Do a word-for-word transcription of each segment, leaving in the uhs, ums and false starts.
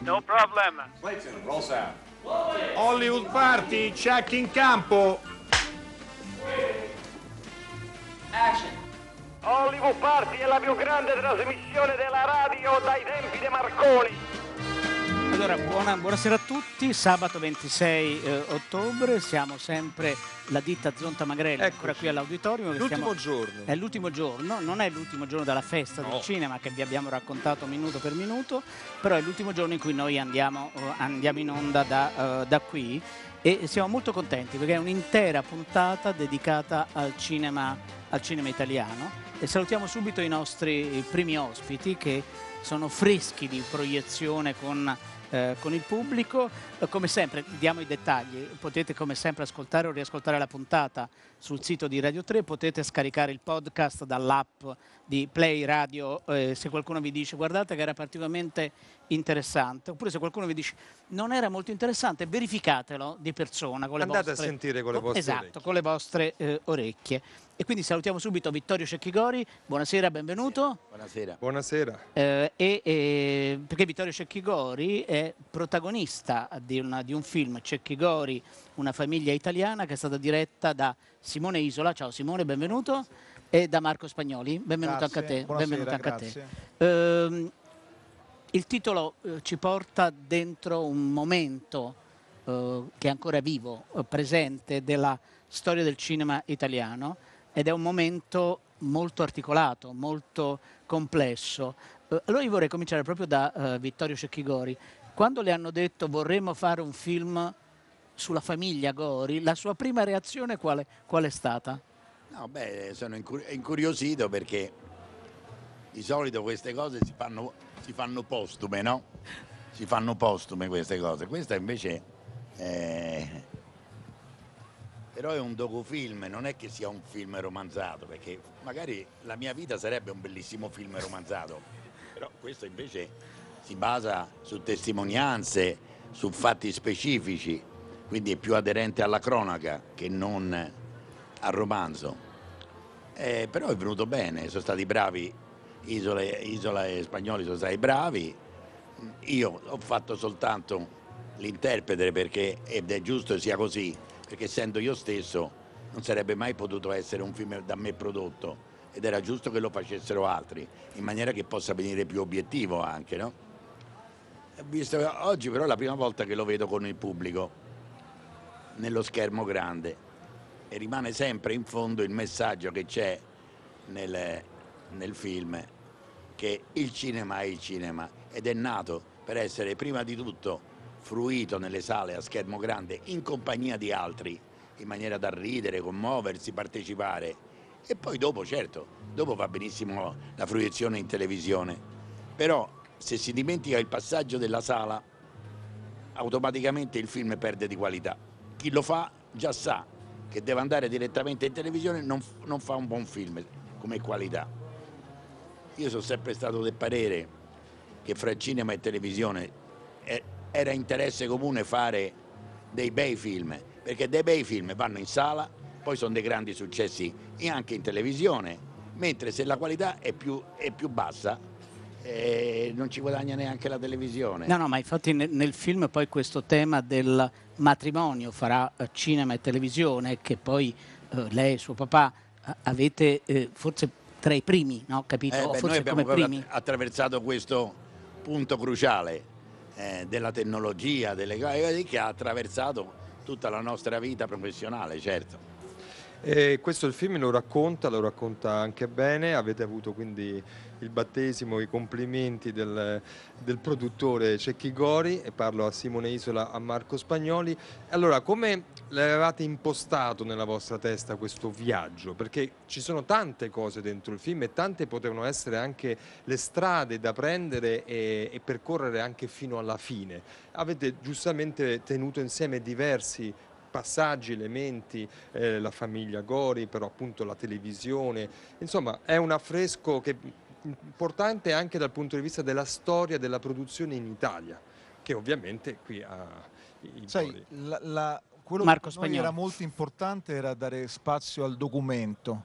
No problem. Clayton, roll sound. Hollywood Party, check in campo. Action. Hollywood Party è la più grande trasmissione della radio dai tempi di Marconi. Allora, buona, buonasera a tutti, sabato ventisei eh, ottobre, siamo sempre la ditta Zonta Magrelli, ancora qui all'auditorium. L'ultimo giorno. È l'ultimo giorno, non è l'ultimo giorno della festa No. del cinema che vi abbiamo raccontato minuto per minuto, però è l'ultimo giorno in cui noi andiamo, eh, andiamo in onda da, eh, da qui e siamo molto contenti perché è un'intera puntata dedicata al cinema, al cinema italiano e salutiamo subito i nostri primi ospiti che sono freschi di proiezione con... Eh, con il pubblico. Eh, come sempre diamo i dettagli, potete come sempre ascoltare o riascoltare la puntata sul sito di Radio tre, potete scaricare il podcast dall'app di Play Radio, eh, se qualcuno vi dice guardate che era particolarmente interessante, oppure se qualcuno vi dice non era molto interessante, verificatelo di persona con le andate vostre, a sentire con le vostre esatto, orecchie. con le vostre eh, orecchie. E quindi salutiamo subito Vittorio Cecchigori, buonasera, benvenuto. Buonasera. Buonasera. Eh, e, e, perché Vittorio Cecchigori è protagonista di, una, di un film, Cecchigori, una famiglia italiana, che è stata diretta da Simone Isola. Ciao Simone, benvenuto. E da Marco Spagnoli, benvenuto Grazie, anche a te. buonasera, Benvenuto anche grazie. a te. Ehm, il titolo eh, ci porta dentro un momento eh, che è ancora vivo, eh, presente della storia del cinema italiano, ed è un momento molto articolato, molto complesso. Eh, allora io vorrei cominciare proprio da eh, Vittorio Cecchigori. Quando le hanno detto vorremmo fare un film sulla famiglia Gori, la sua prima reazione qual è, qual è stata? No, beh, sono incur- incuriosito perché di solito queste cose si fanno, si fanno postume, no? Si fanno postume queste cose. Questa invece è... però è un docufilm, non è che sia un film romanzato, perché magari la mia vita sarebbe un bellissimo film romanzato, però questo invece si basa su testimonianze, su fatti specifici, quindi è più aderente alla cronaca che non al romanzo. Eh, però è venuto bene, sono stati bravi, Isola, Isola e Spagnoli sono stati bravi, io ho fatto soltanto l'interprete perché, ed è giusto sia così, perché essendo io stesso non sarebbe mai potuto essere un film da me prodotto ed era giusto che lo facessero altri, in maniera che possa venire più obiettivo anche, no? Visto che oggi però è la prima volta che lo vedo con il pubblico, nello schermo grande, e rimane sempre in fondo il messaggio che c'è nel, nel film, che il cinema è il cinema ed è nato per essere prima di tutto fruito nelle sale a schermo grande in compagnia di altri, in maniera da ridere, commuoversi, partecipare, e poi dopo, certo, dopo va benissimo la fruizione in televisione, però se si dimentica il passaggio della sala automaticamente il film perde di qualità. Chi lo fa già sa che deve andare direttamente in televisione, non, non fa un buon film come qualità. Io sono sempre stato del parere che fra cinema e televisione è, era interesse comune fare dei bei film, perché dei bei film vanno in sala, poi sono dei grandi successi anche in televisione, mentre se la qualità è più, è più bassa eh, non ci guadagna neanche la televisione. No, no, ma infatti nel, nel film poi questo tema del matrimonio fra eh, cinema e televisione, che poi eh, lei e suo papà eh, avete eh, forse tra i primi, no? Capito? Eh, O beh, forse noi abbiamo come proprio primi. attraversato questo punto cruciale eh, della tecnologia, delle cose che ha attraversato tutta la nostra vita professionale, certo. E questo il film lo racconta, lo racconta anche bene, avete avuto quindi il battesimo, i complimenti del, del produttore Cecchigori, e parlo a Simone Isola, a Marco Spagnoli. Allora, come l'avevate impostato nella vostra testa questo viaggio? Perché ci sono tante cose dentro il film e tante potevano essere anche le strade da prendere e, e percorrere anche fino alla fine. Avete giustamente tenuto insieme diversi passaggi, elementi, eh, la famiglia Gori, però appunto la televisione, insomma è un affresco che importante anche dal punto di vista della storia della produzione in Italia, che ovviamente qui ha i Sai, la, la, quello Marco che per noi Spagnoli. era molto importante era dare spazio al documento,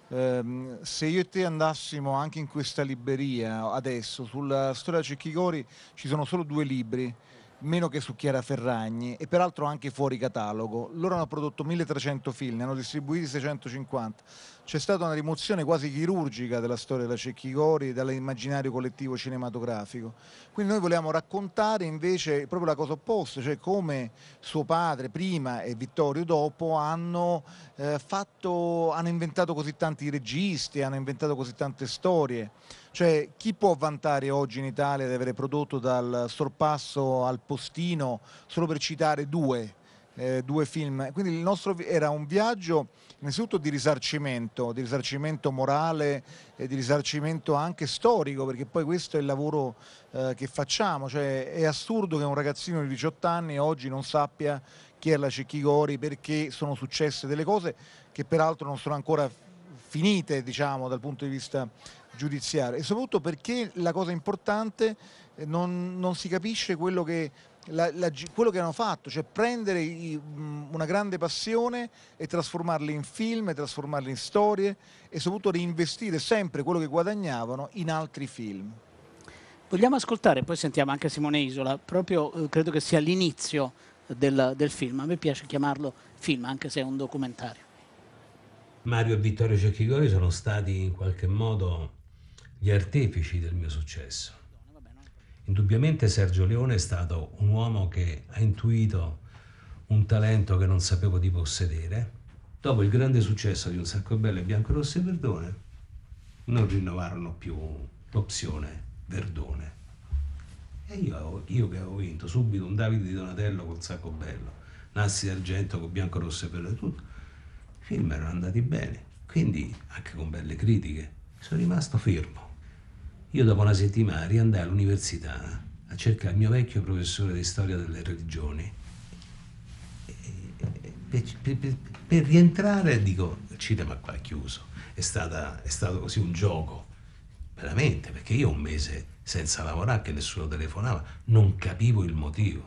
ehm, se io e te andassimo anche in questa libreria adesso, sulla storia di Cecchi Gori ci sono solo due libri, meno che su Chiara Ferragni, e peraltro anche fuori catalogo. Loro hanno prodotto milletrecento film, ne hanno distribuiti seicentocinquanta. C'è stata una rimozione quasi chirurgica della storia della Cecchi Gori dall'immaginario collettivo cinematografico. Quindi noi vogliamo raccontare invece proprio la cosa opposta, cioè come suo padre prima e Vittorio dopo hanno, eh, fatto, hanno inventato così tanti registi, hanno inventato così tante storie. Cioè, chi può vantare oggi in Italia di avere prodotto dal Sorpasso al Postino, solo per citare due, eh, due film? Quindi il nostro era un viaggio innanzitutto di risarcimento, di risarcimento morale e di risarcimento anche storico, perché poi questo è il lavoro eh, che facciamo. Cioè, è assurdo che un ragazzino di diciotto anni oggi non sappia chi è la Cecchi Gori, perché sono successe delle cose che peraltro non sono ancora finite, diciamo, dal punto di vista giudiziario, e soprattutto perché la cosa importante eh, non, non si capisce quello che, la, la, quello che hanno fatto, cioè prendere i, una grande passione e trasformarli in film, trasformarli in storie e soprattutto reinvestire sempre quello che guadagnavano in altri film. Vogliamo ascoltare, poi sentiamo anche Simone Isola, proprio eh, credo che sia l'inizio del, del film. A me piace chiamarlo film, anche se è un documentario. Mario e Vittorio Cecchi Gori sono stati in qualche modo gli artefici del mio successo. Indubbiamente Sergio Leone è stato un uomo che ha intuito un talento che non sapevo di possedere. Dopo il grande successo di Un sacco bello e Bianco, Rosso e Verdone, non rinnovarono più l'opzione Verdone. E io, io che avevo vinto subito un Davide di Donatello col Sacco Bello, Nassi d'Argento con Bianco, Rosso e Verdone, tutto. I film erano andati bene, quindi anche con belle critiche. Sono rimasto fermo. Io dopo una settimana riandai all'università a cercare il mio vecchio professore di storia delle religioni. Per, per, per, per rientrare dico, il cinema qua è chiuso. È, stata, è stato così un gioco, veramente, perché io un mese senza lavorare, che nessuno telefonava, non capivo il motivo.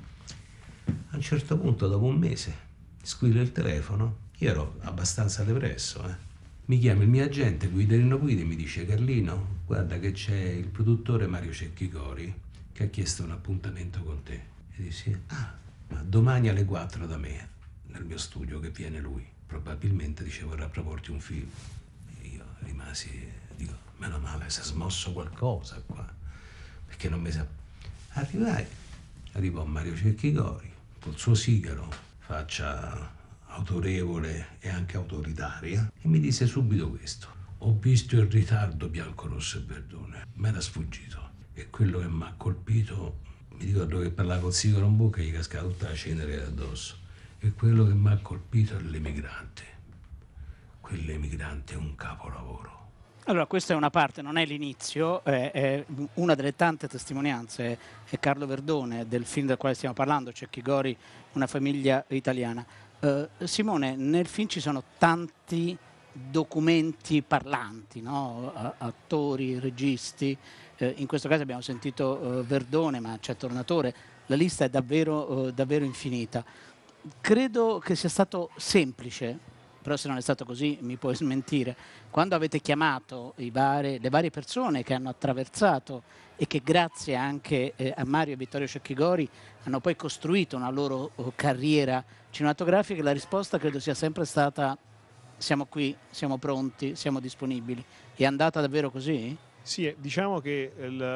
A un certo punto, dopo un mese, squilla il telefono, io ero abbastanza depresso, eh. Mi chiama il mio agente Guidarino Guidi e mi dice: Carlino, guarda che c'è il produttore Mario Cecchi Gori che ha chiesto un appuntamento con te. E dissi: ah, ma domani alle quattro da me, nel mio studio, che viene lui. Probabilmente, dice, vorrà proporti un film. E io rimasi, dico, meno male, si è smosso qualcosa qua, perché non mi sa... Arrivai, arrivò Mario Cecchi Gori, col suo sigaro, faccia autorevole e anche autoritaria, e mi disse subito questo: ho visto in ritardo Bianco, Rosso e Verdone, mi era sfuggito, e quello che mi ha colpito, mi ricordo che parlava col sigaro in bocca e gli cascava tutta la cenere addosso, e quello che mi ha colpito è l'emigrante. Quell'emigrante è un capolavoro. Allora, questa è una parte, non è l'inizio, è, è una delle tante testimonianze, è Carlo Verdone, del film del quale stiamo parlando, Cecchi Gori, Una famiglia italiana. Uh, Simone, nel film ci sono tanti documenti parlanti, no? Attori, registi, uh, in questo caso abbiamo sentito uh, Verdone, ma c'è Tornatore, la lista è davvero, uh, davvero infinita. Credo che sia stato semplice, però se non è stato così mi puoi smentire, quando avete chiamato i vari, le varie persone che hanno attraversato e che grazie anche eh, a Mario e Vittorio Cecchi Gori hanno poi costruito una loro uh, carriera cinematografica, la risposta credo sia sempre stata: siamo qui, siamo pronti, siamo disponibili. È andata davvero così? Sì, diciamo che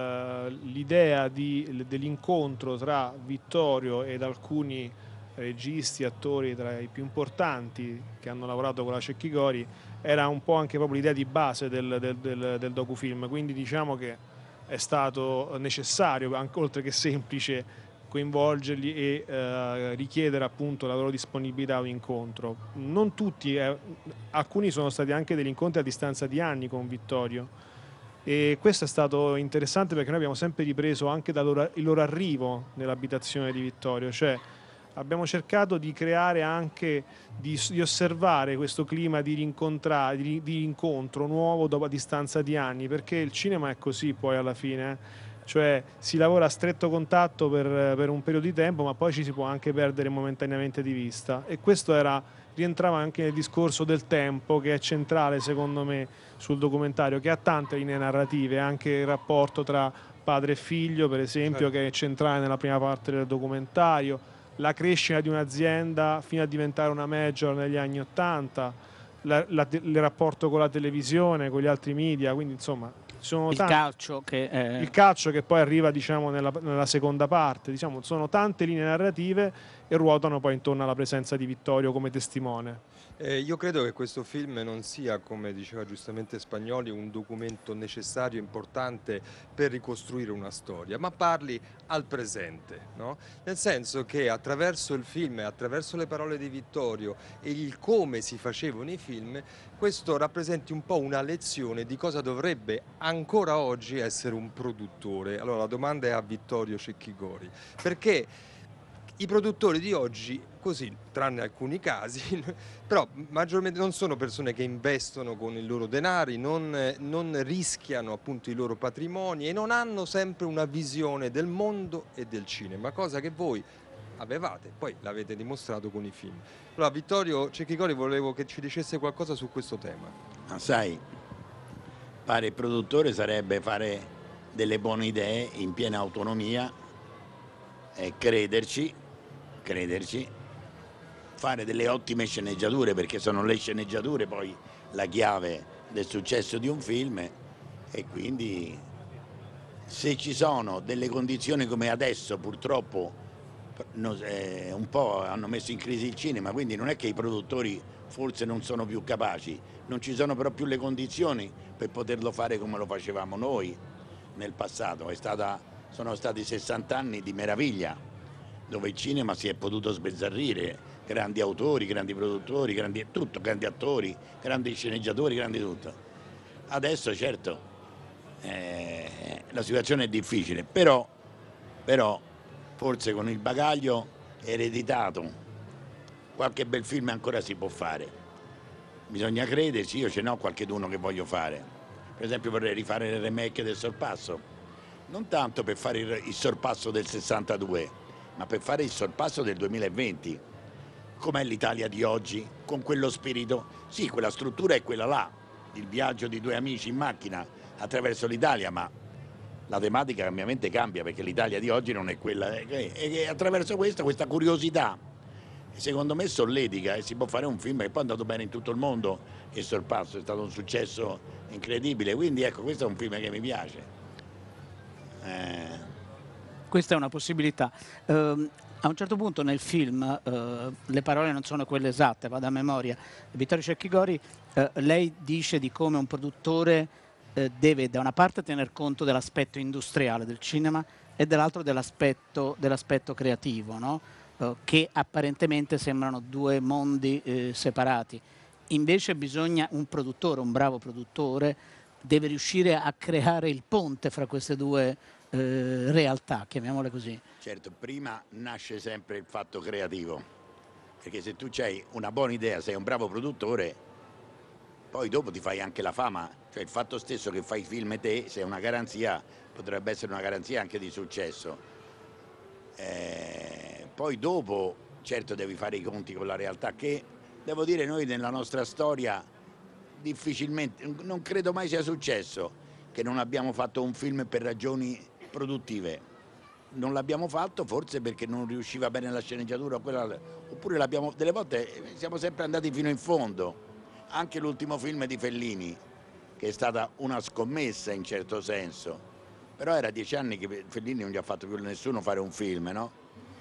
l'idea dell'incontro tra Vittorio ed alcuni registi, attori tra i più importanti che hanno lavorato con la Cecchi Gori era un po' anche proprio l'idea di base del, del, del, del docufilm, quindi diciamo che è stato necessario, anche oltre che semplice, coinvolgerli e eh, richiedere appunto la loro disponibilità a un incontro. Non tutti, eh, alcuni sono stati anche degli incontri a distanza di anni con Vittorio, e questo è stato interessante perché noi abbiamo sempre ripreso anche dal loro, il loro arrivo nell'abitazione di Vittorio, cioè abbiamo cercato di creare anche, di, di osservare questo clima di, di, di incontro nuovo dopo a distanza di anni, perché il cinema è così poi alla fine, eh? Cioè si lavora a stretto contatto per, per un periodo di tempo, ma poi ci si può anche perdere momentaneamente di vista, e questo era rientrava anche nel discorso del tempo, che è centrale secondo me sul documentario, che ha tante linee narrative, anche il rapporto tra padre e figlio per esempio, che è centrale nella prima parte del documentario, la crescita di un'azienda fino a diventare una major negli anni ottanta, la, la, il rapporto con la televisione, con gli altri media, quindi insomma sono il tanti, calcio che è... il calcio che poi arriva diciamo nella, nella seconda parte, diciamo sono tante linee narrative e ruotano poi intorno alla presenza di Vittorio come testimone. Eh, io credo che questo film non sia, come diceva giustamente Spagnoli, un documento necessario, importante per ricostruire una storia, ma parli al presente, no? Nel senso che attraverso il film, attraverso le parole di Vittorio e il come si facevano i film, questo rappresenti un po' una lezione di cosa dovrebbe ancora oggi essere un produttore. Allora la domanda è a Vittorio Cecchigori, perché i produttori di oggi, così, tranne alcuni casi, però maggiormente non sono persone che investono con i loro denari, non, non rischiano appunto i loro patrimoni e non hanno sempre una visione del mondo e del cinema, cosa che voi avevate, poi l'avete dimostrato con i film. Allora Vittorio Cecchigori, volevo che ci dicesse qualcosa su questo tema. Ma sai, fare il produttore sarebbe fare delle buone idee in piena autonomia e crederci, crederci, fare delle ottime sceneggiature, perché sono le sceneggiature poi la chiave del successo di un film, e quindi se ci sono delle condizioni come adesso purtroppo eh, un po' hanno messo in crisi il cinema, quindi non è che i produttori forse non sono più capaci, non ci sono però più le condizioni per poterlo fare come lo facevamo noi nel passato. È stata, sono stati sessanta anni di meraviglia, dove il cinema si è potuto sbizzarrire, grandi autori, grandi produttori, grandi, tutto, grandi attori, grandi sceneggiatori, grandi tutto. Adesso certo eh, la situazione è difficile, però, però forse con il bagaglio ereditato qualche bel film ancora si può fare. Bisogna crederci, io ce n'ho qualcheduno che voglio fare. Per esempio vorrei rifare il remake del Sorpasso, non tanto per fare il, il sorpasso del sessantadue, ma per fare il sorpasso del duemilaventi. Com'è l'Italia di oggi, con quello spirito? Sì, quella struttura è quella là, il viaggio di due amici in macchina attraverso l'Italia, ma la tematica ovviamente cambia, perché l'Italia di oggi non è quella, e, e attraverso questo, questa curiosità, secondo me solletica, e si può fare un film che poi è andato bene in tutto il mondo, il Sorpasso è stato un successo incredibile, quindi ecco, questo è un film che mi piace. Eh... Questa è una possibilità. Uh, a un certo punto nel film, uh, le parole non sono quelle esatte, vado a memoria, Vittorio Cecchigori, uh, lei dice di come un produttore uh, deve da una parte tener conto dell'aspetto industriale del cinema e dall'altro dell'aspetto dell'aspetto creativo, no? uh, che apparentemente sembrano due mondi uh, separati. Invece bisogna, un produttore, un bravo produttore, deve riuscire a creare il ponte fra queste due Eh, realtà, chiamiamole così. Certo, prima nasce sempre il fatto creativo, perché se tu hai una buona idea, sei un bravo produttore, poi dopo ti fai anche la fama, cioè il fatto stesso che fai film te, se è una garanzia, potrebbe essere una garanzia anche di successo. Eh, poi dopo, certo, devi fare i conti con la realtà, che devo dire noi nella nostra storia difficilmente, non credo mai sia successo che non abbiamo fatto un film per ragioni produttive. Non l'abbiamo fatto forse perché non riusciva bene la sceneggiatura, quella, oppure l'abbiamo, delle volte siamo sempre andati fino in fondo. Anche l'ultimo film di Fellini, che è stata una scommessa in certo senso, però era dieci anni che Fellini non gli ha fatto più nessuno fare un film, no?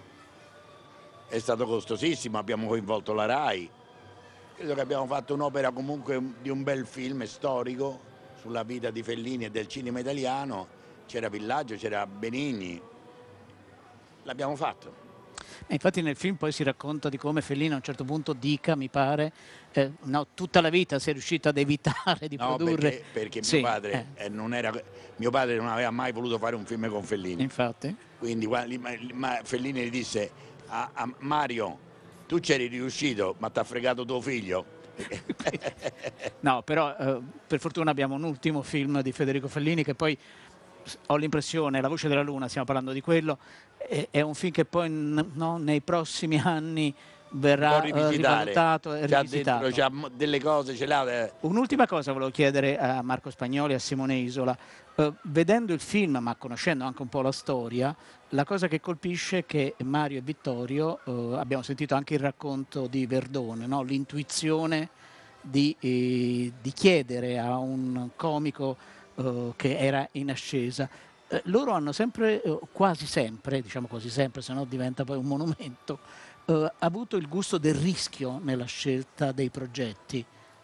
È stato costosissimo, abbiamo coinvolto la RAI, credo che abbiamo fatto un'opera comunque di un bel film storico sulla vita di Fellini e del cinema italiano. C'era Villaggio, c'era Benigni, l'abbiamo fatto. E infatti nel film poi si racconta di come Fellini a un certo punto dica, mi pare, eh, no, tutta la vita si è riuscito ad evitare di no, produrre. Perché, perché sì, mio, padre, eh. eh, non era, mio padre non aveva mai voluto fare un film con Fellini. Infatti. Quindi ma Fellini gli disse a, a Mario, tu c'eri riuscito, ma ti ha fregato tuo figlio. No, però eh, per fortuna abbiamo un ultimo film di Federico Fellini che poi ho l'impressione, La voce della luna, stiamo parlando di quello, è, è un film che poi no, nei prossimi anni verrà Un po' eh, rivisitare. rivalutato e C'ha rivisitato. dentro, c'ha delle cose, ce l'ha. eh. Un'ultima cosa volevo chiedere a Marco Spagnoli e a Simone Isola. Eh, vedendo il film, ma conoscendo anche un po' la storia, la cosa che colpisce è che Mario e Vittorio, eh, abbiamo sentito anche il racconto di Verdone, no? L'intuizione di, eh, di chiedere a un comico eh, che era in ascesa. Eh, loro hanno sempre, eh, quasi sempre, diciamo quasi sempre, se no diventa poi un monumento, eh, avuto il gusto del rischio nella scelta dei progetti.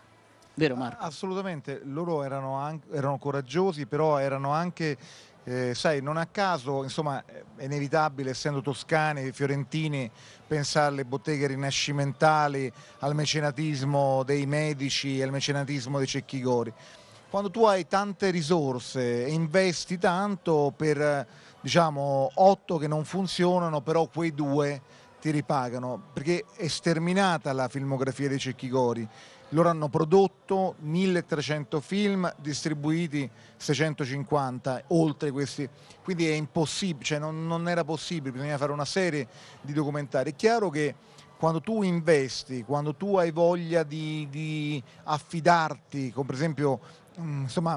Vero Marco? Assolutamente, loro erano, anche, erano coraggiosi, però erano anche, eh, sai, non a caso, insomma, è inevitabile, essendo toscani, fiorentini, pensare alle botteghe rinascimentali, al mecenatismo dei Medici e al mecenatismo dei Cecchigori. Quando tu hai tante risorse e investi tanto per, diciamo, otto che non funzionano, però quei due ti ripagano, perché è sterminata la filmografia dei Cecchigori. Loro hanno prodotto milletrecento film, distribuiti seicentocinquanta, oltre questi, quindi è impossibile, cioè non, non era possibile, bisogna fare una serie di documentari. È chiaro che quando tu investi, quando tu hai voglia di, di affidarti, come per esempio, insomma,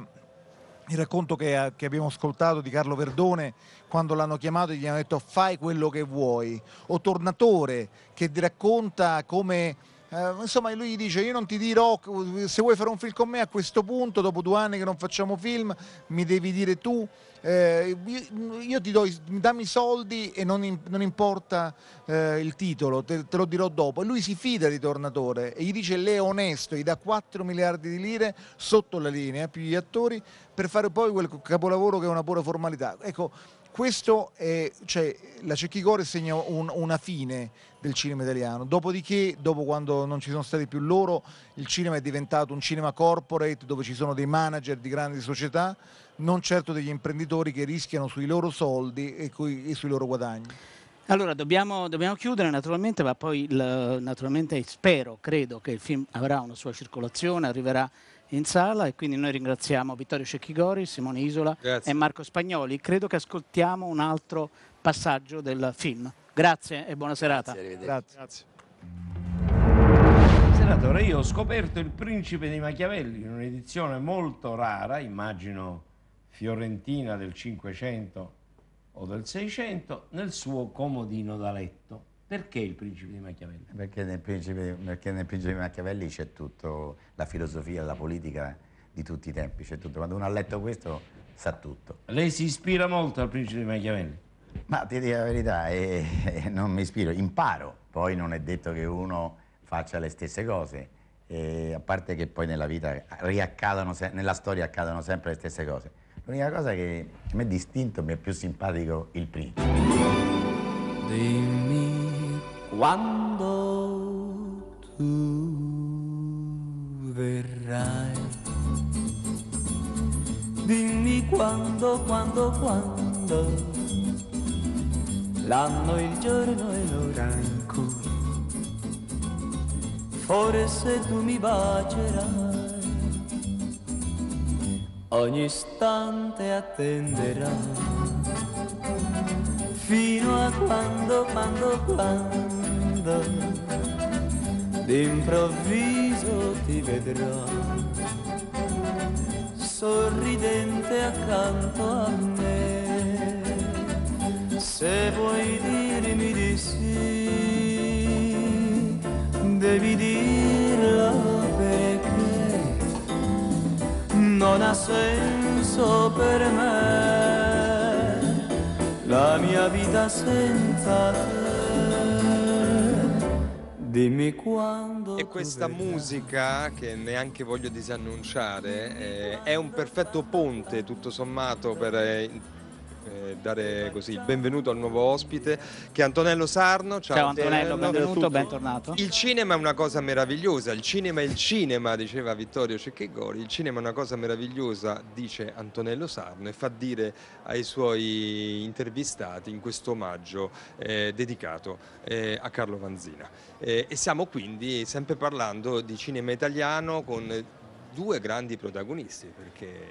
il racconto che, che abbiamo ascoltato di Carlo Verdone, quando l'hanno chiamato e gli hanno detto fai quello che vuoi, o Tornatore che ti racconta come... Uh, insomma, lui gli dice io non ti dirò se vuoi fare un film con me a questo punto, dopo due anni che non facciamo film mi devi dire tu, eh, io, io ti do, dammi i soldi e non, in, non importa eh, il titolo, te, te lo dirò dopo. E lui si fida di Tornatore e gli dice lei è onesto, gli dà quattro miliardi di lire sotto la linea più gli attori per fare poi quel capolavoro che è una pura formalità. Ecco, questo è, cioè, la Cecchigori segna un, una fine del cinema italiano. Dopodiché, dopo quando non ci sono stati più loro, il cinema è diventato un cinema corporate dove ci sono dei manager di grandi società, non certo degli imprenditori che rischiano sui loro soldi e, coi, e sui loro guadagni. Allora, dobbiamo, dobbiamo chiudere naturalmente, ma poi il, naturalmente spero, credo che il film avrà una sua circolazione, arriverà in sala, e quindi noi ringraziamo Vittorio Cecchigori, Simone Isola Grazie. e Marco Spagnoli. Credo che ascoltiamo un altro passaggio del film. Grazie e buona serata. Grazie, Grazie. Grazie. Senatore, io ho scoperto Il Principe di Machiavelli in un'edizione molto rara, immagino fiorentina del Cinquecento o del Seicento, nel suo comodino da letto. Perché Il Principe di Machiavelli? Perché nel Principe, perché nel Principe di Machiavelli c'è tutto, la filosofia, la politica di tutti i tempi, c'è tutto. Quando uno ha letto questo sa tutto. Lei si ispira molto al Principe di Machiavelli? Ma ti dico la verità, eh, eh, non mi ispiro, imparo. Poi non è detto che uno faccia le stesse cose, eh, a parte che poi nella vita riaccadono, nella storia accadono sempre le stesse cose. L'unica cosa che a me è distinto, mi è più simpatico il Principe. Dimmi quando tu verrai, dimmi quando, quando, quando, l'anno, il giorno e l'ora in cui forse tu mi bacerai, ogni istante attenderai, fino a quando, quando, quando d'improvviso ti vedrò sorridente accanto a me. Se vuoi dirmi di sì, devi dirlo perché non ha senso per me la mia vita senza te. Dimmi quando. E questa musica, che neanche voglio disannunciare, eh, è un perfetto ponte tutto sommato per eh, eh, dare così il benvenuto al nuovo ospite, che è Antonello Sarno. Ciao, Ciao Antonello, benvenuto, bentornato. Il cinema è una cosa meravigliosa, il cinema è il cinema, diceva Vittorio Cecchigori, il cinema è una cosa meravigliosa, dice Antonello Sarno, e fa dire ai suoi intervistati in questo omaggio eh, dedicato eh, a Carlo Vanzina. Eh, e stiamo quindi sempre parlando di cinema italiano con due grandi protagonisti, perché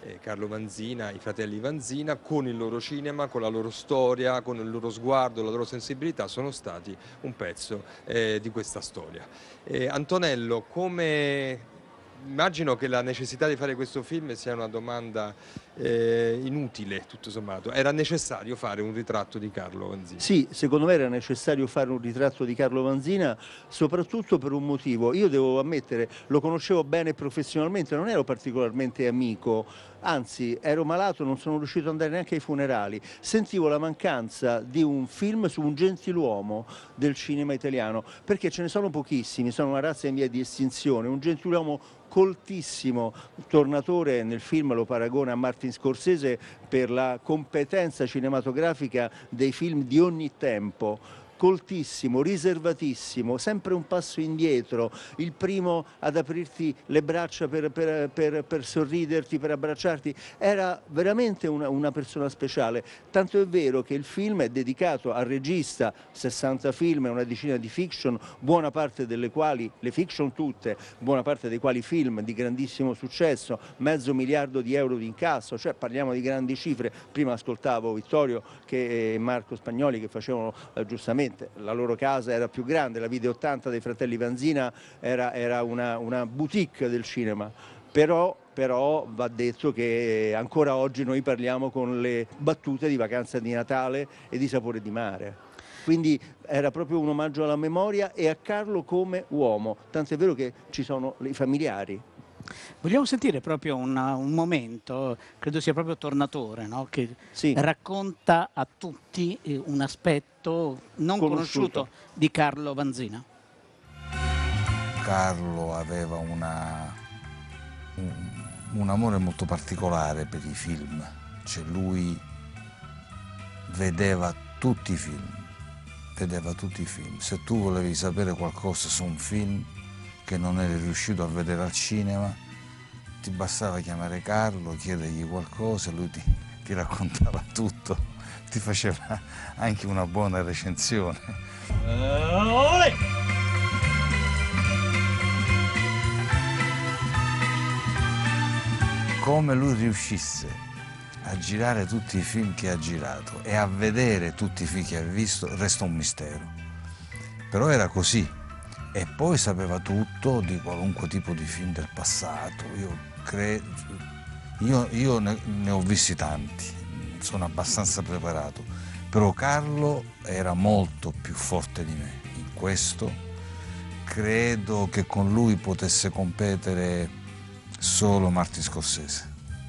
eh, Carlo Vanzina, i fratelli Vanzina, con il loro cinema, con la loro storia, con il loro sguardo, la loro sensibilità, sono stati un pezzo eh, di questa storia. Eh, Antonello, come... Immagino che la necessità di fare questo film sia una domanda eh, inutile, tutto sommato. Era necessario fare un ritratto di Carlo Vanzina? Sì, secondo me era necessario fare un ritratto di Carlo Vanzina, soprattutto per un motivo. Io devo ammettere, lo conoscevo bene professionalmente, non ero particolarmente amico, anzi ero malato, non sono riuscito ad andare neanche ai funerali. Sentivo la mancanza di un film su un gentiluomo del cinema italiano, perché ce ne sono pochissimi, sono una razza in via di estinzione, un gentiluomo coltissimo. Tornatore nel film lo paragona a Martin Scorsese per la competenza cinematografica dei film di ogni tempo. Coltissimo, riservatissimo, sempre un passo indietro, il primo ad aprirti le braccia per, per, per, per sorriderti, per abbracciarti. Era veramente una, una persona speciale, tanto è vero che il film è dedicato al regista, sessanta film e una decina di fiction, buona parte delle quali, le fiction tutte, buona parte dei quali film di grandissimo successo, mezzo miliardo di euro di incasso, cioè parliamo di grandi cifre. Prima ascoltavo Vittorio e Marco Spagnoli che facevano eh, giustamente, la loro casa era più grande, la Video ottanta dei fratelli Vanzina era, era una, una boutique del cinema, però, però va detto che ancora oggi noi parliamo con le battute di Vacanza di Natale e di Sapore di Mare. Quindi era proprio un omaggio alla memoria e a Carlo come uomo, tant'è vero che ci sono i familiari. Vogliamo sentire proprio una, un momento, credo sia proprio Tornatore, no? Che sì. racconta a tutti un aspetto non conosciuto, conosciuto di Carlo Vanzina. Carlo aveva una, un, un amore molto particolare per i film, cioè lui vedeva tutti i film, vedeva tutti i film. Se tu volevi sapere qualcosa su un film che non eri riuscito a vedere al cinema, ti bastava chiamare Carlo, chiedergli qualcosa e lui ti, ti raccontava tutto, ti faceva anche una buona recensione. Uh, Come lui riuscisse a girare tutti i film che ha girato e a vedere tutti i film che ha visto resta un mistero, però era così. E poi sapeva tutto di qualunque tipo di film del passato. Io, cre... io, io ne, ne ho visti tanti, sono abbastanza preparato, però Carlo era molto più forte di me in questo. Credo che con lui potesse competere solo Martin Scorsese.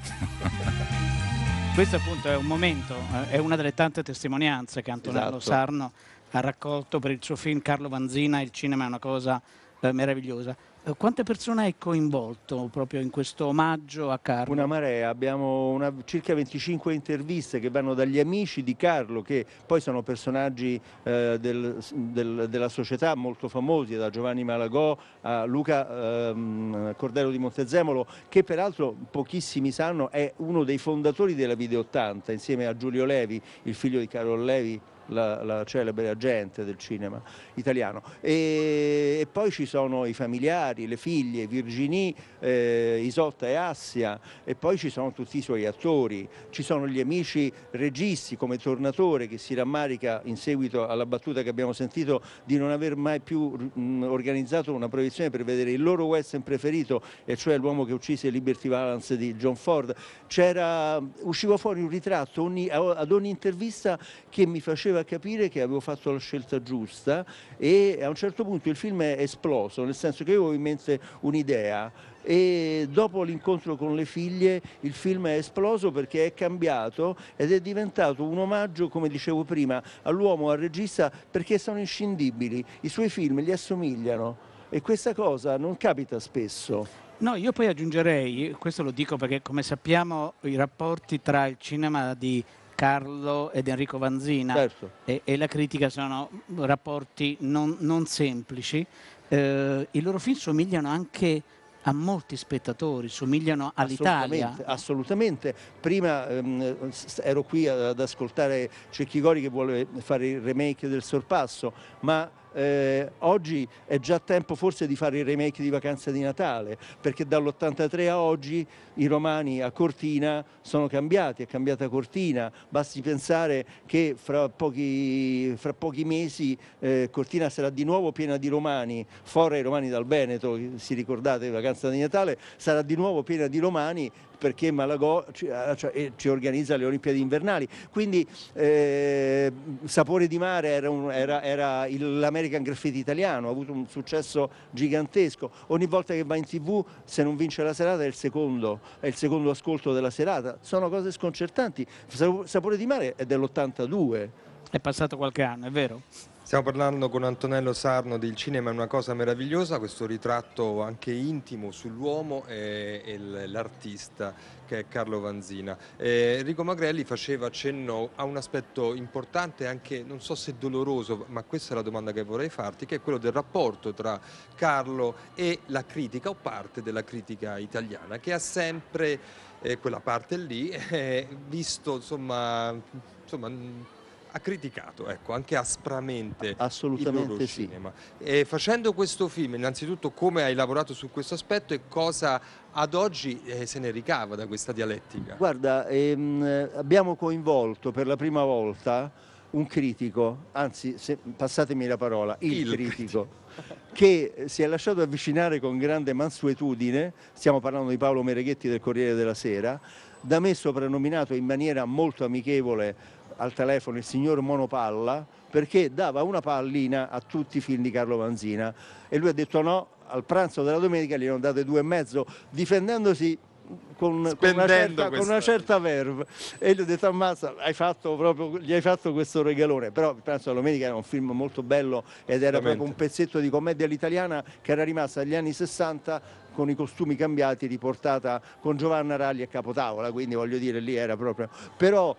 Questo appunto è un momento, è una delle tante testimonianze che Antonello esatto. Sarno ha raccolto per il suo film Carlo Vanzina. Il cinema è una cosa eh, meravigliosa. Eh, quante persone hai coinvolto proprio in questo omaggio a Carlo? Una marea, abbiamo una, circa venticinque interviste che vanno dagli amici di Carlo, che poi sono personaggi eh, del, del, della società molto famosi, da Giovanni Malagò a Luca ehm, Cordero di Montezemolo, che peraltro pochissimi sanno è uno dei fondatori della Video ottanta, insieme a Giulio Levi, il figlio di Carlo Levi, La, la celebre agente del cinema italiano, e, e poi ci sono i familiari, le figlie, Virginie, eh, Isotta e Assia, e poi ci sono tutti i suoi attori, ci sono gli amici registi come Tornatore, che si rammarica in seguito alla battuta che abbiamo sentito di non aver mai più mh, organizzato una proiezione per vedere il loro western preferito, e cioè L'uomo che uccise Liberty Valance di John Ford. C'era, usciva fuori un ritratto ogni, ad ogni intervista che mi faceva a capire che avevo fatto la scelta giusta, e a un certo punto il film è esploso, nel senso che io avevo in mente un'idea e dopo l'incontro con le figlie il film è esploso perché è cambiato ed è diventato un omaggio, come dicevo prima, all'uomo, al regista, perché sono inscindibili, i suoi film gli assomigliano e questa cosa non capita spesso. No, io poi aggiungerei, questo lo dico perché come sappiamo i rapporti tra il cinema di Carlo ed Enrico Vanzina certo. e, e la critica sono rapporti non, non semplici. Eh, I loro film somigliano anche a molti spettatori, somigliano all'Italia. Assolutamente, assolutamente. Prima ehm, ero qui ad ascoltare Cecchi Gori che vuole fare il remake del Sorpasso, ma eh, oggi è già tempo forse di fare il remake di Vacanze di Natale, perché dall'ottantatré a oggi i romani a Cortina sono cambiati, è cambiata Cortina, basti pensare che fra pochi, fra pochi mesi eh, Cortina sarà di nuovo piena di romani, fuori i romani dal Veneto, si ricordate Vacanza di Natale, sarà di nuovo piena di romani perché Malagò ci, cioè, ci organizza le Olimpiadi invernali, quindi eh, Sapore di Mare era, un, era, era l'American Graffiti italiano, ha avuto un successo gigantesco, ogni volta che va in tv se non vince la serata è il secondo, è il secondo ascolto della serata, sono cose sconcertanti. Sapore di Mare è dell'ottantadue. È passato qualche anno, è vero? Stiamo parlando con Antonello Sarno di Il cinema è una cosa meravigliosa, questo ritratto anche intimo sull'uomo e, e l'artista che è Carlo Vanzina. Eh, Enrico Magrelli faceva cenno a un aspetto importante, anche non so se doloroso, ma questa è la domanda che vorrei farti, che è quello del rapporto tra Carlo e la critica o parte della critica italiana, che ha sempre, eh, quella parte lì, eh, visto insomma... insomma ha criticato, ecco, anche aspramente assolutamente il loro sì. cinema. E facendo questo film, innanzitutto come hai lavorato su questo aspetto e cosa ad oggi eh, se ne ricava da questa dialettica? Guarda, ehm, abbiamo coinvolto per la prima volta un critico, anzi, se, passatemi la parola, il, il critico, che si è lasciato avvicinare con grande mansuetudine, stiamo parlando di Paolo Mereghetti del Corriere della Sera, da me soprannominato in maniera molto amichevole al telefono il signor Monopalla, perché dava una pallina a tutti i film di Carlo Vanzina e lui ha detto no, al pranzo della domenica gli hanno date due e mezzo, difendendosi con, con, una certa, con una certa verve, e gli ho detto ammazza, hai fatto proprio, gli hai fatto questo regalone. Però il pranzo della domenica era un film molto bello ed era proprio un pezzetto di commedia all'italiana che era rimasta agli anni sessanta con i costumi cambiati, riportata con Giovanna Ragli a capotavola, quindi voglio dire lì era proprio... Però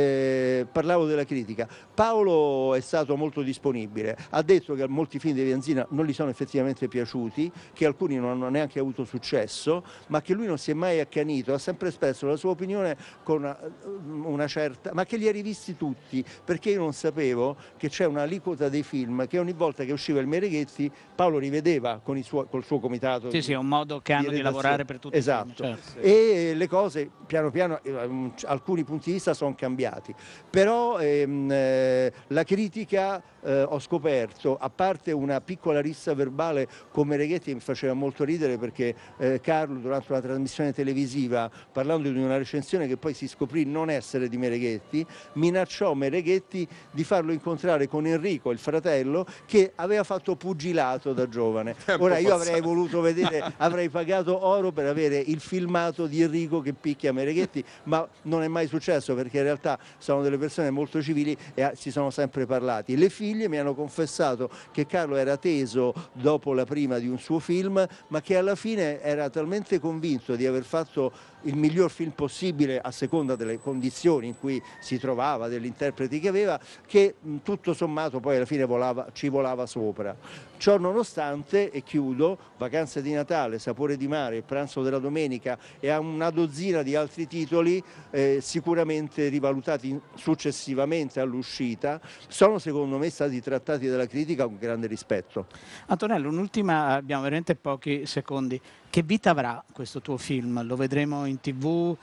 eh, parlavo della critica, Paolo è stato molto disponibile, ha detto che molti film di Vanzina non gli sono effettivamente piaciuti, che alcuni non hanno neanche avuto successo, ma che lui non si è mai accanito, ha sempre espresso la sua opinione con una, una certa... ma che li ha rivisti tutti, perché io non sapevo che c'è un'aliquota dei film che ogni volta che usciva il Mereghetti Paolo rivedeva con il suo, col suo comitato. Sì, sì, è un modo che hanno di, di lavorare per tutti esatto. i film, certo. E le cose piano piano, alcuni punti di vista sono cambiati, però ehm, eh, la critica eh, ho scoperto, a parte una piccola rissa verbale con Mereghetti, mi faceva molto ridere perché eh, Carlo durante una trasmissione televisiva, parlando di una recensione che poi si scoprì non essere di Mereghetti, minacciò Mereghetti di farlo incontrare con Enrico, il fratello, che aveva fatto pugilato da giovane. Ora io avrei voluto vedere, avrei pagato oro per avere il filmato di Enrico che picchia Mereghetti, ma non è mai successo perché in realtà sono delle persone molto civili e si sono sempre parlati. Le figlie mi hanno confessato che Carlo era teso dopo la prima di un suo film, ma che alla fine era talmente convinto di aver fatto il miglior film possibile a seconda delle condizioni in cui si trovava, degli interpreti che aveva, che tutto sommato poi alla fine volava, ci volava sopra. Ciò nonostante, e chiudo, Vacanze di Natale, Sapore di Mare, Il pranzo della domenica e a una dozzina di altri titoli eh, sicuramente rivalutati successivamente all'uscita, sono secondo me stati trattati dalla critica con grande rispetto. Antonello, un'ultima, abbiamo veramente pochi secondi. Che vita avrà questo tuo film? Lo vedremo in tv?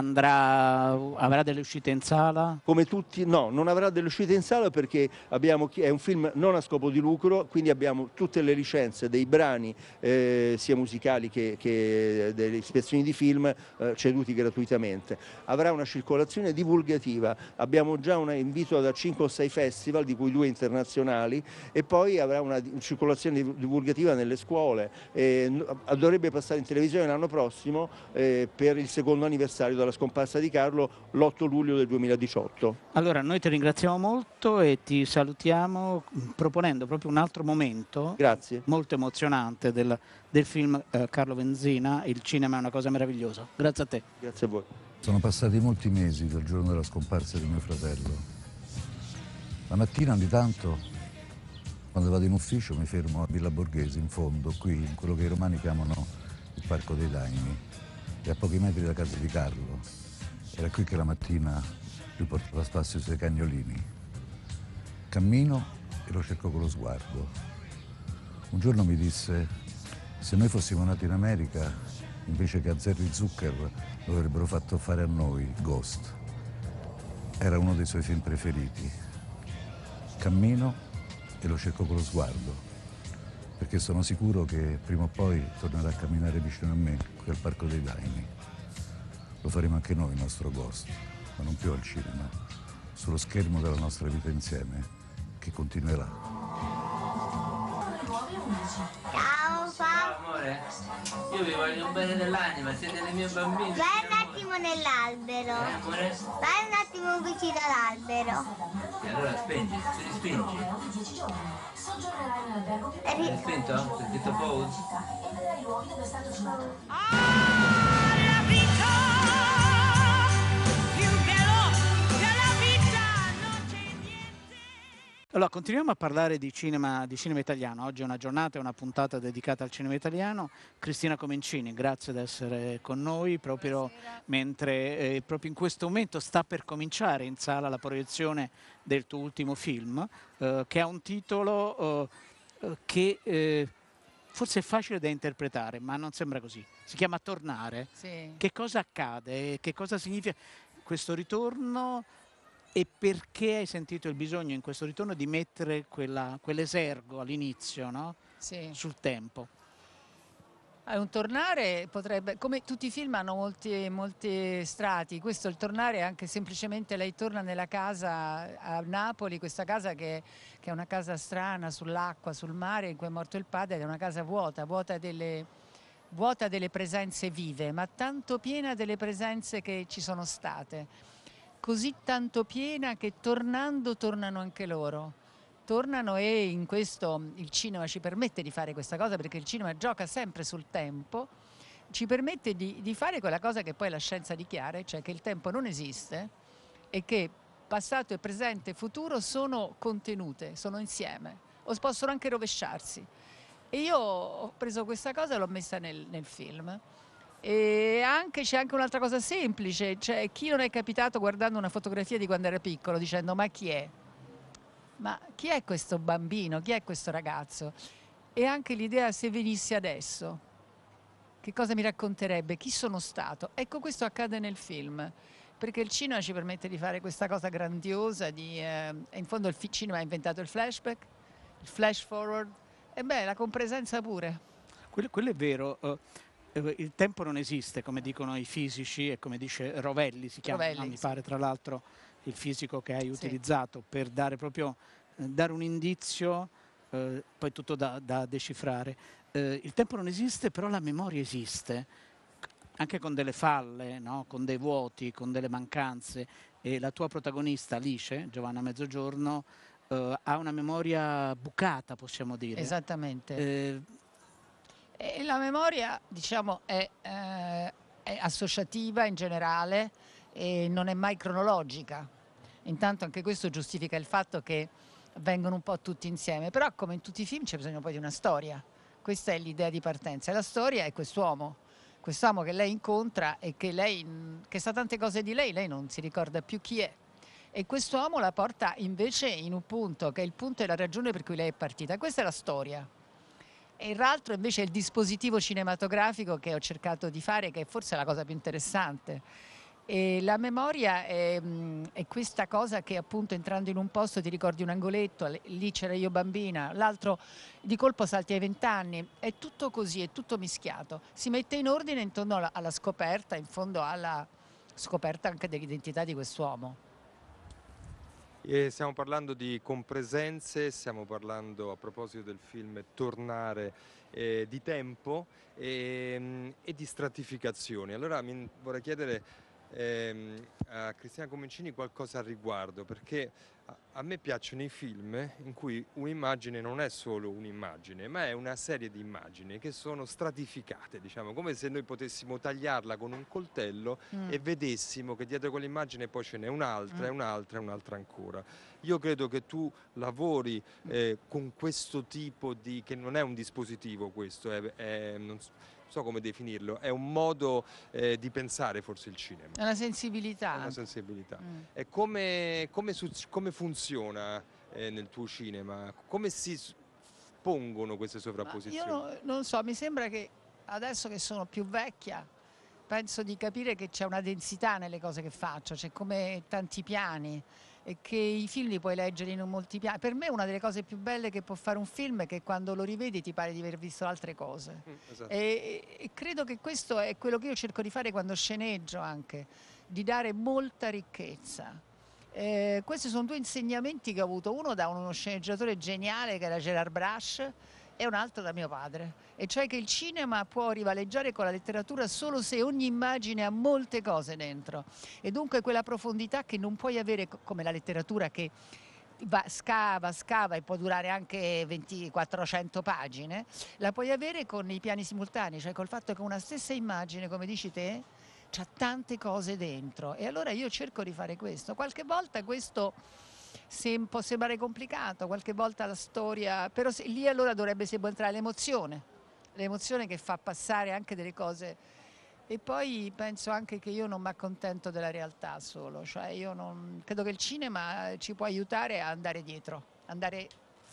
Andrà, avrà delle uscite in sala? Come tutti, no, non avrà delle uscite in sala perché abbiamo, è un film non a scopo di lucro, quindi abbiamo tutte le licenze dei brani, eh, sia musicali che, che delle ispezioni di film, eh, ceduti gratuitamente. Avrà una circolazione divulgativa, abbiamo già un invito da cinque o sei festival, di cui due internazionali, e poi avrà una circolazione divulgativa nelle scuole. Eh, dovrebbe passare in televisione l'anno prossimo eh, per il secondo anniversario della scomparsa di Carlo, l'otto luglio del duemiladiciotto. Allora noi ti ringraziamo molto e ti salutiamo proponendo proprio un altro momento Grazie. molto emozionante del, del film eh, Carlo Vanzina, Il cinema è una cosa meravigliosa. Grazie a te. Grazie a voi. Sono passati molti mesi dal giorno della scomparsa di mio fratello. La mattina ogni tanto, quando vado in ufficio, mi fermo a Villa Borghese, in fondo, qui, in quello che i romani chiamano il Parco dei Daimi, e a pochi metri da casa di Carlo. Era qui che la mattina lui portava a spasso i suoi cagnolini. Cammino e e lo cercò con lo sguardo. Un giorno mi disse: se noi fossimo nati in America, invece che a Zerry Zucker lo avrebbero fatto fare a noi Ghost. Era uno dei suoi film preferiti. Cammino e lo cerco con lo sguardo, perché sono sicuro che prima o poi tornerà a camminare vicino a me qui al Parco dei Daini. Lo faremo anche noi, il nostro Ghost, ma non più al cinema, sullo schermo della nostra vita insieme, che continuerà. Ciao, Ciao amore, io vi voglio un bene dell'anima, siete le mie bambine. vai un attimo nell'albero. Eh, amore? Vai un attimo vicino all'albero. E allora spingi, ti rispingi. Hai spinto? Ti ho detto pause? Allora, continuiamo a parlare di cinema, di cinema italiano. Oggi è una giornata, è una puntata dedicata al cinema italiano. Cristina Comencini, grazie di essere con noi, proprio mentre eh, proprio in questo momento sta per cominciare in sala la proiezione del tuo ultimo film, eh, che ha un titolo eh, che eh, forse è facile da interpretare, ma non sembra così. Si chiama Tornare. Sì. Che cosa accade? Che cosa significa questo ritorno? E perché hai sentito il bisogno in questo ritorno di mettere quella, quell'esergo all'inizio, no? Sì. Sul tempo? È un tornare, potrebbe, come tutti i film hanno molti, molti strati, questo il tornare è anche semplicemente lei torna nella casa a Napoli, questa casa che, che è una casa strana sull'acqua, sul mare, in cui è morto il padre, ed è una casa vuota, vuota delle, vuota delle presenze vive, ma tanto piena delle presenze che ci sono state. Così tanto piena che tornando tornano anche loro, tornano, e in questo il cinema ci permette di fare questa cosa, perché il cinema gioca sempre sul tempo, ci permette di, di fare quella cosa che poi la scienza dichiara, cioè che il tempo non esiste e che passato e presente e futuro sono contenute, sono insieme, o possono anche rovesciarsi. E io ho preso questa cosa e l'ho messa nel, nel film. E anche c'è anche un'altra cosa semplice, cioè chi non è capitato guardando una fotografia di quando era piccolo dicendo ma chi è? Ma chi è questo bambino? Chi è questo ragazzo? E anche l'idea, se venissi adesso, che cosa mi racconterebbe? Chi sono stato? Ecco, questo accade nel film, perché il cinema ci permette di fare questa cosa grandiosa, di, eh, in fondo il cinema ha inventato il flashback, il flash forward, e beh, la compresenza pure. Quello, quello è vero. Uh... Il tempo non esiste, come dicono i fisici e come dice Rovelli, si chiama, Rovelli, no? Mi sì. pare tra l'altro il fisico che hai Sì. utilizzato per dare proprio eh, dare un indizio, eh, poi tutto da, da decifrare. Eh, il tempo non esiste, però la memoria esiste, anche con delle falle, no? Con dei vuoti, con delle mancanze. E la tua protagonista Alice, Giovanna Mezzogiorno, eh, ha una memoria bucata, possiamo dire. Esattamente. Eh, E la memoria, diciamo, è, eh, è associativa in generale e non è mai cronologica. Intanto anche questo giustifica il fatto che vengono un po' tutti insieme, però come in tutti i film c'è bisogno poi di una storia. Questa è l'idea di partenza e la storia è quest'uomo, quest'uomo che lei incontra e che lei, che sa tante cose di lei, lei non si ricorda più chi è. E quest'uomo la porta invece in un punto, che è il punto e la ragione per cui lei è partita. Questa è la storia. E l'altro invece è il dispositivo cinematografico che ho cercato di fare, che è forse la cosa più interessante. E la memoria è, è questa cosa che appunto entrando in un posto ti ricordi un angoletto, lì c'era io bambina, l'altro di colpo salti ai vent'anni, è tutto così, è tutto mischiato. Si mette in ordine intorno alla, alla scoperta, in fondo alla scoperta anche dell'identità di quest'uomo. E stiamo parlando di compresenze, stiamo parlando a proposito del film Tornare eh, di tempo e, e di stratificazioni. Allora mi vorrei chiedere ehm, a Cristina Comencini qualcosa al riguardo, perché a, a me piacciono i film in cui un'immagine non è solo un'immagine, ma è una serie di immagini che sono stratificate, diciamo, come se noi potessimo tagliarla con un coltello Mm. e vedessimo che dietro quell'immagine poi ce n'è un'altra, e Mm. un'altra, e un'altra ancora. Io credo che tu lavori eh, con questo tipo di, che non è un dispositivo questo, è, è, non so come definirlo, è un modo eh, di pensare forse il cinema. È una sensibilità. È una sensibilità. Mm. E come, come, su- come funziona eh, nel tuo cinema. Come si s- pongono queste sovrapposizioni? Io no- non so, mi sembra che adesso che sono più vecchia penso di capire che c'è una densità nelle cose che faccio, c'è come tanti piani e che i film li puoi leggere in un molti piani. Per me una delle cose più belle che può fare un film è che quando lo rivedi ti pare di aver visto altre cose. Mm, esatto. E, e credo che questo è quello che io cerco di fare quando sceneggio anche, di dare molta ricchezza. Eh, questi sono due insegnamenti che ho avuto, uno da uno sceneggiatore geniale che era Gerard Brash e un altro da mio padre, e cioè che il cinema può rivaleggiare con la letteratura solo se ogni immagine ha molte cose dentro e dunque quella profondità che non puoi avere co- come la letteratura che va, scava, scava e può durare anche ventiquattrocento pagine, la puoi avere con i piani simultanei, cioè col fatto che una stessa immagine, come dici te, c'ha tante cose dentro e allora io cerco di fare questo. Qualche volta questo sem- può sembrare complicato, qualche volta la storia, però se- lì allora dovrebbe sempre entrare l'emozione, l'emozione che fa passare anche delle cose. E poi penso anche che io non mi accontento della realtà solo, cioè io non, credo che il cinema ci può aiutare a andare dietro, andare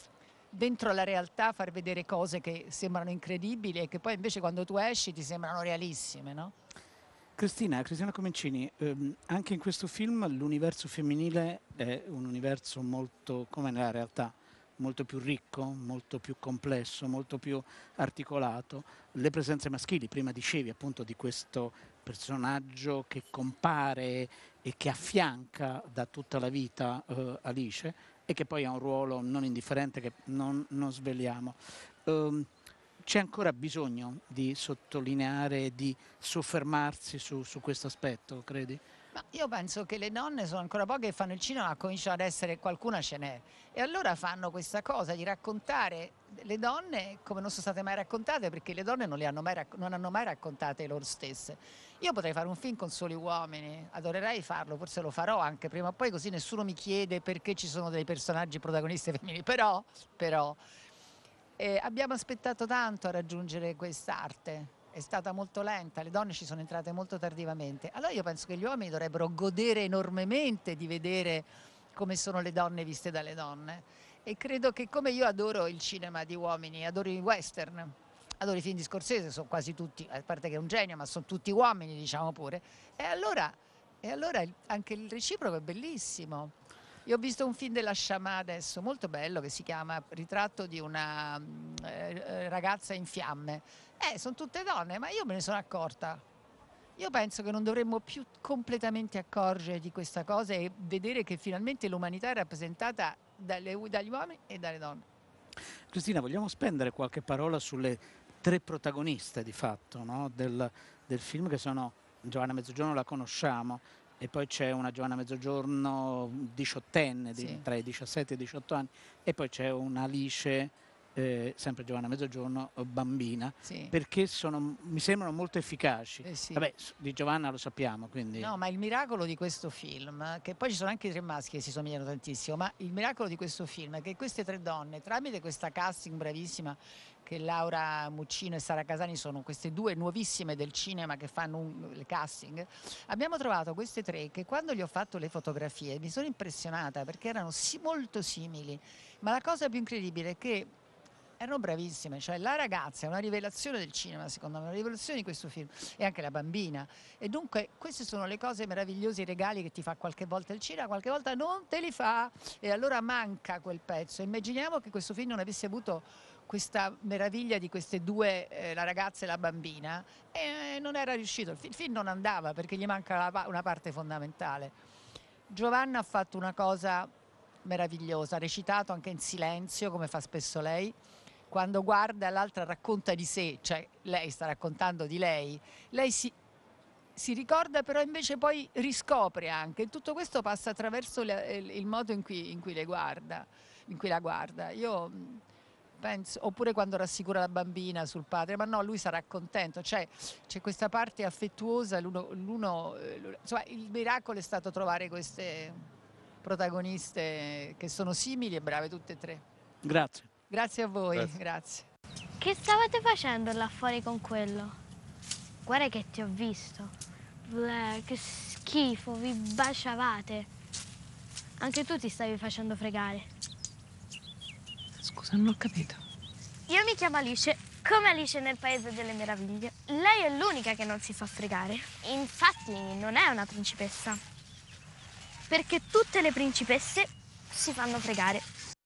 dentro la realtà, far vedere cose che sembrano incredibili e che poi invece quando tu esci ti sembrano realissime, no? Cristina, Cristina Comencini, ehm, anche in questo film l'universo femminile è un universo molto, come nella realtà, molto più ricco, molto più complesso, molto più articolato. Le presenze maschili, prima dicevi appunto di questo personaggio che compare e che affianca da tutta la vita eh, Alice e che poi ha un ruolo non indifferente che non, non sveliamo. Ehm, C'è ancora bisogno di sottolineare, di soffermarsi su, su questo aspetto, credi? Ma io penso che le donne sono ancora poche che fanno il cinema, ma cominciano ad essere, qualcuna ce n'è. E allora fanno questa cosa di raccontare le donne come non sono state mai raccontate, perché le donne non, le hanno, mai racc- non hanno mai raccontate loro stesse. Io potrei fare un film con soli uomini, adorerei farlo, forse lo farò anche prima o poi, così nessuno mi chiede perché ci sono dei personaggi protagonisti femminili. Però, però eh, abbiamo aspettato tanto a raggiungere quest'arte. È stata molto lenta, le donne ci sono entrate molto tardivamente. Allora io penso che gli uomini dovrebbero godere enormemente di vedere come sono le donne viste dalle donne. E credo che, come io adoro il cinema di uomini, adoro i western, adoro i film di Scorsese, sono quasi tutti, a parte che è un genio, ma sono tutti uomini, diciamo pure. E allora, e allora il- anche il reciproco è bellissimo. Io ho visto un film della Sciamà adesso, molto bello, che si chiama Ritratto di una mm, eh, ragazza in fiamme. Eh, sono tutte donne, ma io me ne sono accorta. Io penso che non dovremmo più completamente accorgere di questa cosa e vedere che finalmente l'umanità è rappresentata dalle- dagli uomini e dalle donne. Cristina, vogliamo spendere qualche parola sulle tre protagoniste di fatto, no? del, del film, che sono Giovanna Mezzogiorno, la conosciamo, e poi c'è una Giovanna Mezzogiorno diciottenne, di- Sì. tra i diciassette e i diciotto anni, e poi c'è un'Alice, eh, sempre Giovanna Mezzogiorno, eh, bambina, Sì. perché sono, mi sembrano molto efficaci. Eh sì. Vabbè, s- di Giovanna lo sappiamo, quindi... No, ma il miracolo di questo film, che poi ci sono anche i tre maschi che si somigliano tantissimo, ma il miracolo di questo film è che queste tre donne, tramite questa casting bravissima, che Laura Muccino e Sara Casani sono queste due nuovissime del cinema che fanno un, il casting, abbiamo trovato queste tre che quando gli ho fatto le fotografie mi sono impressionata perché erano si- molto simili, ma la cosa più incredibile è che erano bravissime, cioè la ragazza è una rivelazione del cinema, secondo me, una rivelazione di questo film, e anche la bambina. E dunque queste sono le cose meravigliose, i regali che ti fa qualche volta il cinema, qualche volta non te li fa, e allora manca quel pezzo. Immaginiamo che questo film non avesse avuto questa meraviglia di queste due, eh, la ragazza e la bambina, e non era riuscito, il fi- il film non andava perché gli manca la pa- una parte fondamentale. Giovanna ha fatto una cosa meravigliosa, ha recitato anche in silenzio, come fa spesso lei. Quando guarda l'altra racconta di sé, cioè lei sta raccontando di lei, lei si, si ricorda, però invece poi riscopre anche. Tutto questo passa attraverso le- il, il modo in cui, in cui le guarda, in cui la guarda. Io mh, penso, oppure quando rassicura la bambina sul padre, ma no, lui sarà contento. Cioè, c'è questa parte affettuosa, l'uno, l'uno, eh, l'uno- insomma, il miracolo è stato trovare queste protagoniste che sono simili e brave tutte e tre. Grazie. Grazie a voi, Grazie. grazie. Che stavate facendo là fuori con quello? Guarda che ti ho visto. Bleh, che schifo, vi baciavate. Anche tu ti stavi facendo fregare. Scusa, non ho capito. Io mi chiamo Alice, come Alice nel Paese delle Meraviglie. Lei è l'unica che non si fa fregare. Infatti non è una principessa. Perché tutte le principesse si fanno fregare.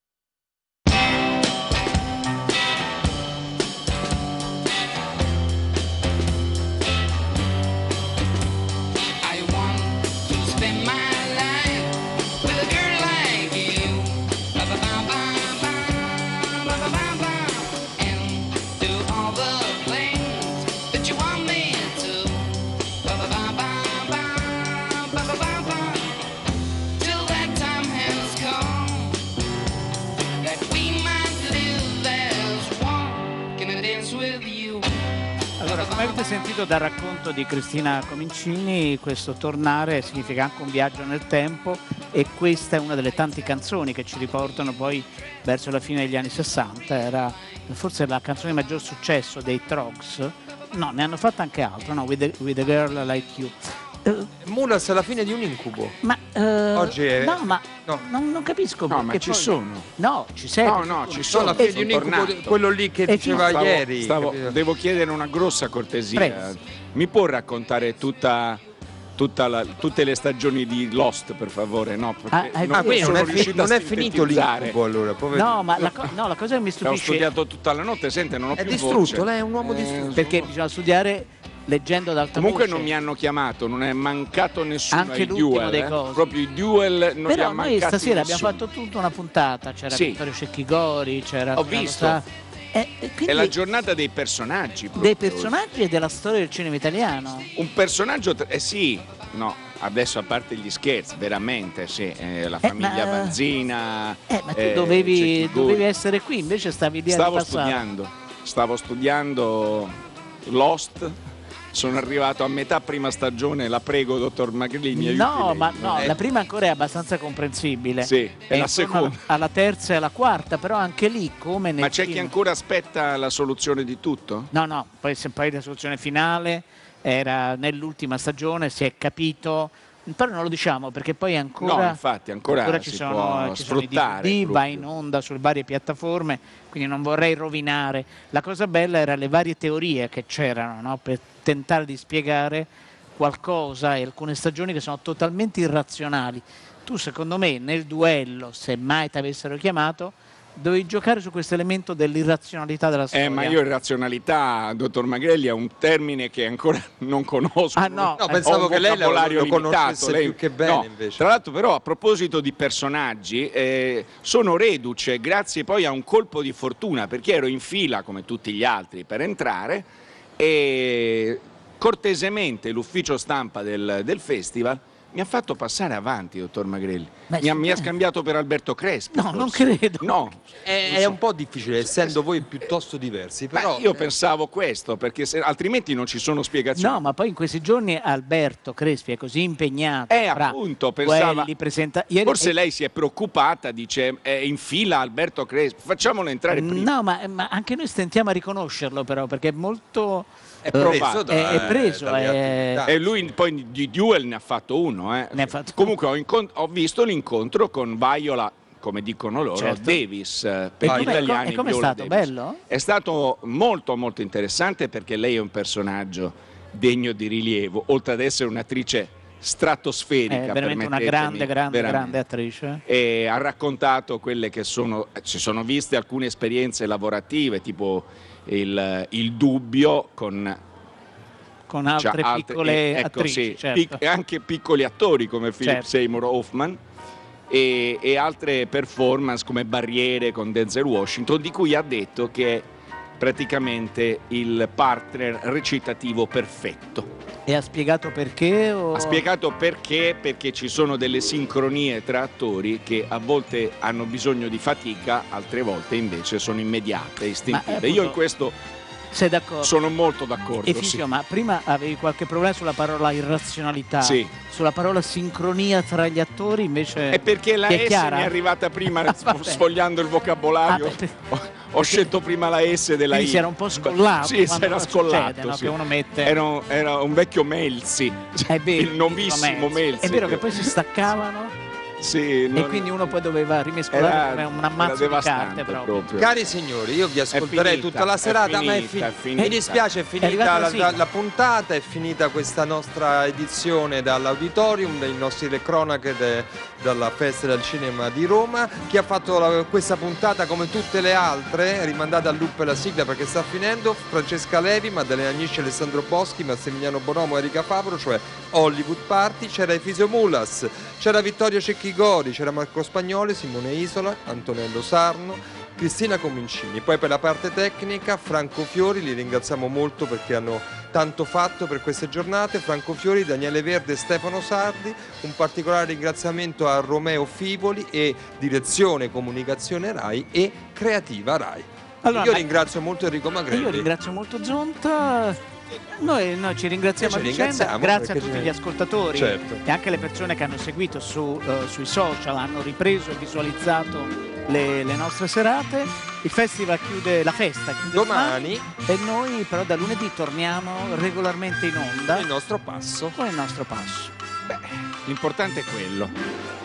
Allora, come avete sentito dal racconto di Cristina Comincini, questo tornare significa anche un viaggio nel tempo e questa è una delle tante canzoni che ci riportano poi verso la fine degli anni sessanta. Era forse la canzone di maggior successo dei Trogs. No, ne hanno fatta anche altro, no? With a, with a Girl Like You. Uh, Mulas alla fine di un incubo. Ma uh, oggi è... no, ma no. Non, non capisco. No, ma ci poi... sono. No, ci sei. No, no, ci sono. Alla fine di un incubo, quello lì che e diceva stavo, ieri. Stavo, devo chiedere una grossa cortesia. Prego. Mi può raccontare tutta, tutta la, tutte le stagioni di Lost, per favore? No, perché ah, non, non, sono è, riuscito non a è finito l'incubo allora. No, ma la, co no, la cosa che mi Ho stupisce. studiato tutta la notte, sente, non ho è più distrutto, voce. lei è un uomo eh, distrutto. Perché bisogna studiare leggendo ad alta Comunque voce. non mi hanno chiamato, non è mancato nessuno Anche ai l'ultimo duel, dei eh. cosi. Proprio i duel non li Però ha noi mancati stasera nessuno. abbiamo fatto tutta una puntata, c'era Sì. Vittorio Cecchigori, c'era Ho visto. Sa- eh, e quindi È la giornata dei personaggi. dei proprio. personaggi e della storia del cinema italiano. Un personaggio, eh sì, no, adesso a parte gli scherzi, veramente, sì, eh, la Eh, famiglia ma- Vanzina. Eh, ma tu eh, dovevi, Cecchigori. dovevi essere qui, invece stavi lì a Stavo ripassare. studiando, stavo studiando Lost. Sono arrivato a metà prima stagione, la prego, dottor Magrini, mi aiuti No, lei. ma no, Eh, la prima ancora è abbastanza comprensibile. Sì, è E la intorno seconda. Alla, alla terza e alla quarta, però anche lì come nel Ma c'è film- chi ancora aspetta la soluzione di tutto? No, no, poi, se poi la soluzione finale era nell'ultima stagione, si è capito, però non lo diciamo perché poi ancora, No, infatti, ancora ci si sono, può ci sono i sfruttare D V D, proprio. va in onda sulle varie piattaforme, quindi non vorrei rovinare. La cosa bella era le varie teorie che c'erano, no? Per tentare di spiegare qualcosa e alcune stagioni che sono totalmente irrazionali. Tu secondo me nel duello, se mai ti avessero chiamato, dovevi giocare su questo elemento dell'irrazionalità della storia. Eh, ma io irrazionalità, dottor Magrelli, è un termine che ancora non conosco. Ah, no. No, pensavo Ho un che lei lo, vocabolario lo limitato. conoscesse Lei- più che bene no. invece. Tra l'altro però a proposito di personaggi, eh, sono reduce grazie poi a un colpo di fortuna, perché ero in fila come tutti gli altri per entrare e cortesemente l'ufficio stampa del, del festival mi ha fatto passare avanti, dottor Magrelli. Beh, Mi ha, sì, mi ha eh. scambiato per Alberto Crespi. No, non forse. credo. No, È, è un po' difficile, essendo voi piuttosto diversi, però... Beh, io pensavo questo, perché se- altrimenti non ci sono spiegazioni. No, ma poi in questi giorni Alberto Crespi è così impegnato. Eh, fra appunto, pensava... quelli presenta- Ieri- Forse eh, lei si è preoccupata, dice, è in fila Alberto Crespi, facciamolo entrare prima. No, ma, ma anche noi stentiamo a riconoscerlo però, perché è molto... È eh, provato. è, è preso, è- E lui poi di duel ne ha fatto uno. Eh. Ne ha fatto Comunque ho, incont- ho visto l'incontro con Viola, come dicono loro, Certo. Davis, eh, per E gli com'è- italiani. e com'è Viola stato? Davis. Bello? È stato molto molto interessante perché lei è un personaggio degno di rilievo, oltre ad essere un'attrice stratosferica. è veramente una permettetemi, grande, grande, veramente. grande attrice. E ha raccontato quelle che sono, ci sono viste alcune esperienze lavorative, tipo il, il dubbio con Con altre cioè, piccole eh, ecco, attrici, sì, certo. pic- e anche piccoli attori come Philip Certo. Seymour Hoffman e, e altre performance come Barriere con Denzel Washington, di cui ha detto che è praticamente il partner recitativo perfetto. E ha spiegato perché? O... Ha spiegato perché, perché ci sono delle sincronie tra attori che a volte hanno bisogno di fatica, altre volte invece sono immediate, istintive. appunto, Io in questo sei d'accordo? sono molto d'accordo. E sì. Fisio, ma prima avevi qualche problema sulla parola irrazionalità, Sì. sulla parola sincronia tra gli attori invece È perché la ti S è chiara? mi è arrivata prima Ah, sf- vabbè. sfogliando il vocabolario. Ah, beh, ho, ho scelto prima la S della Quindi I. si era un po' scollato Sì, si quando era succede, scollato. no? sì. Che uno mette- Era, un, era un vecchio Melzi, È vero, il novissimo Melzi. È vero che poi si staccavano. Sì, e non- quindi uno poi doveva rimescolare Era- come un era ammazzo di devastante carte proprio. proprio. Cari signori, io vi ascolterei finita, tutta la è serata, ma è finita, finita. è finita. Mi dispiace, è È finita arrivata la la, sigla. la- la puntata, è finita questa nostra edizione dall'auditorium, dei nostri le cronache de- dalla Festa del Cinema di Roma. Chi ha fatto la- questa puntata, come tutte le altre, rimandate al loop la sigla perché sta finendo. Francesca Levi, Maddalena Agnisci, Alessandro Boschi, Massimiliano Bonomo, Erika Favro, cioè Hollywood Party. C'era Efisio Mulas, c'era Vittorio Cecchigori, c'era Marco Spagnoli, Simone Isola, Antonello Sarno, Cristina Comincini. Poi per la parte tecnica Franco Fiori, li ringraziamo molto perché hanno tanto fatto per queste giornate. Franco Fiori, Daniele Verde e Stefano Sardi. Un particolare ringraziamento a Romeo Fivoli e direzione comunicazione Rai e creativa Rai. Allora, Io ma- ringrazio molto Enrico Magrelli. Io ringrazio molto Zonta. Noi, noi ci ringraziamo a Noi ci vicenda, ringraziamo grazie a perché tutti ci- gli ascoltatori Certo. e anche le persone che hanno seguito su, eh, sui social, hanno ripreso e visualizzato le, le nostre serate. Il festival chiude, la festa chiude Domani. e noi però da lunedì torniamo regolarmente in onda Il nostro passo. con il nostro passo. L'importante è quello.